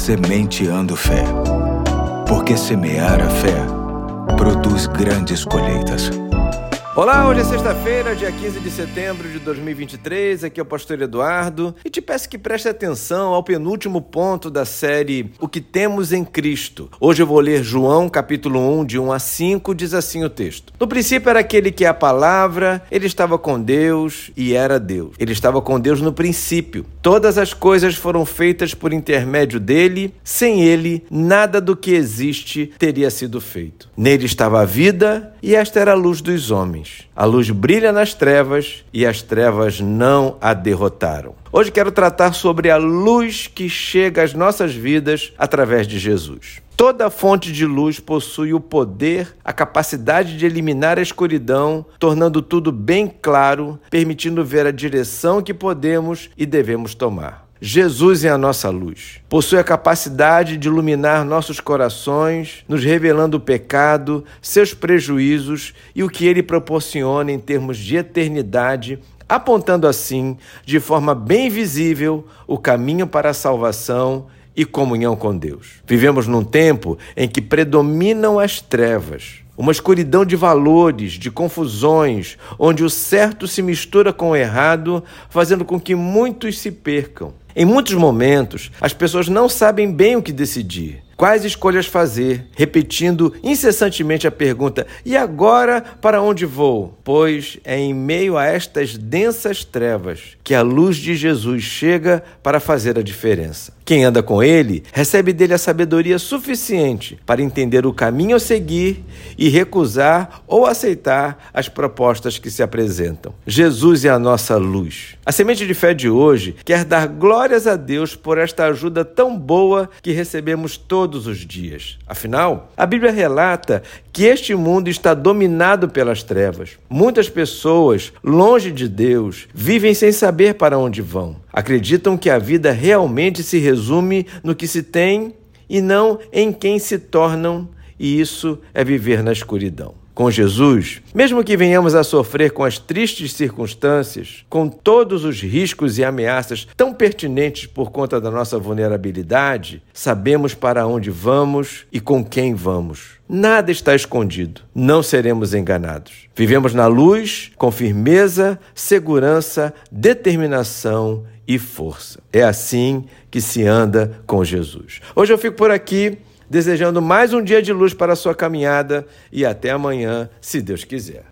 Sementeando Fé. Porque semear a fé produz grandes colheitas. Olá, hoje é sexta-feira, dia 15 de setembro de 2023, aqui é o pastor Eduardo e te peço que preste atenção ao penúltimo ponto da série O que temos em Cristo. Hoje eu vou ler João capítulo 1, de 1 a 5, diz assim o texto. No princípio era aquele que é a palavra, ele estava com Deus e era Deus. Ele estava com Deus no princípio. Todas as coisas foram feitas por intermédio dele, sem ele, nada do que existe teria sido feito. Nele estava a vida e esta era a luz dos homens. A luz brilha nas trevas e as trevas não a derrotaram. Hoje quero tratar sobre a luz que chega às nossas vidas através de Jesus. Toda fonte de luz possui o poder, a capacidade de eliminar a escuridão, tornando tudo bem claro, permitindo ver a direção que podemos e devemos tomar. Jesus é a nossa luz. Possui a capacidade de iluminar nossos corações, nos revelando o pecado, seus prejuízos e o que ele proporciona em termos de eternidade, apontando assim, de forma bem visível, o caminho para a salvação e comunhão com Deus. Vivemos num tempo em que predominam as trevas. Uma escuridão de valores, de confusões, onde o certo se mistura com o errado, fazendo com que muitos se percam. Em muitos momentos, as pessoas não sabem bem o que decidir, quais escolhas fazer, repetindo incessantemente a pergunta: e agora para onde vou? Pois é em meio a estas densas trevas que a luz de Jesus chega para fazer a diferença. Quem anda com ele recebe dele a sabedoria suficiente para entender o caminho a seguir e recusar ou aceitar as propostas que se apresentam. Jesus é a nossa luz. A semente de fé de hoje quer dar glórias a Deus por esta ajuda tão boa que recebemos todos os dias. Afinal, a Bíblia relata que este mundo está dominado pelas trevas. Muitas pessoas, longe de Deus, vivem sem saber para onde vão. Acreditam que a vida realmente se resume no que se tem e não em quem se tornam, e isso é viver na escuridão. Com Jesus, mesmo que venhamos a sofrer com as tristes circunstâncias, com todos os riscos e ameaças tão pertinentes por conta da nossa vulnerabilidade, sabemos para onde vamos e com quem vamos. Nada está escondido, não seremos enganados. Vivemos na luz, com firmeza, segurança, determinação e força. É assim que se anda com Jesus. Hoje eu fico por aqui, desejando mais um dia de luz para a sua caminhada e até amanhã, se Deus quiser.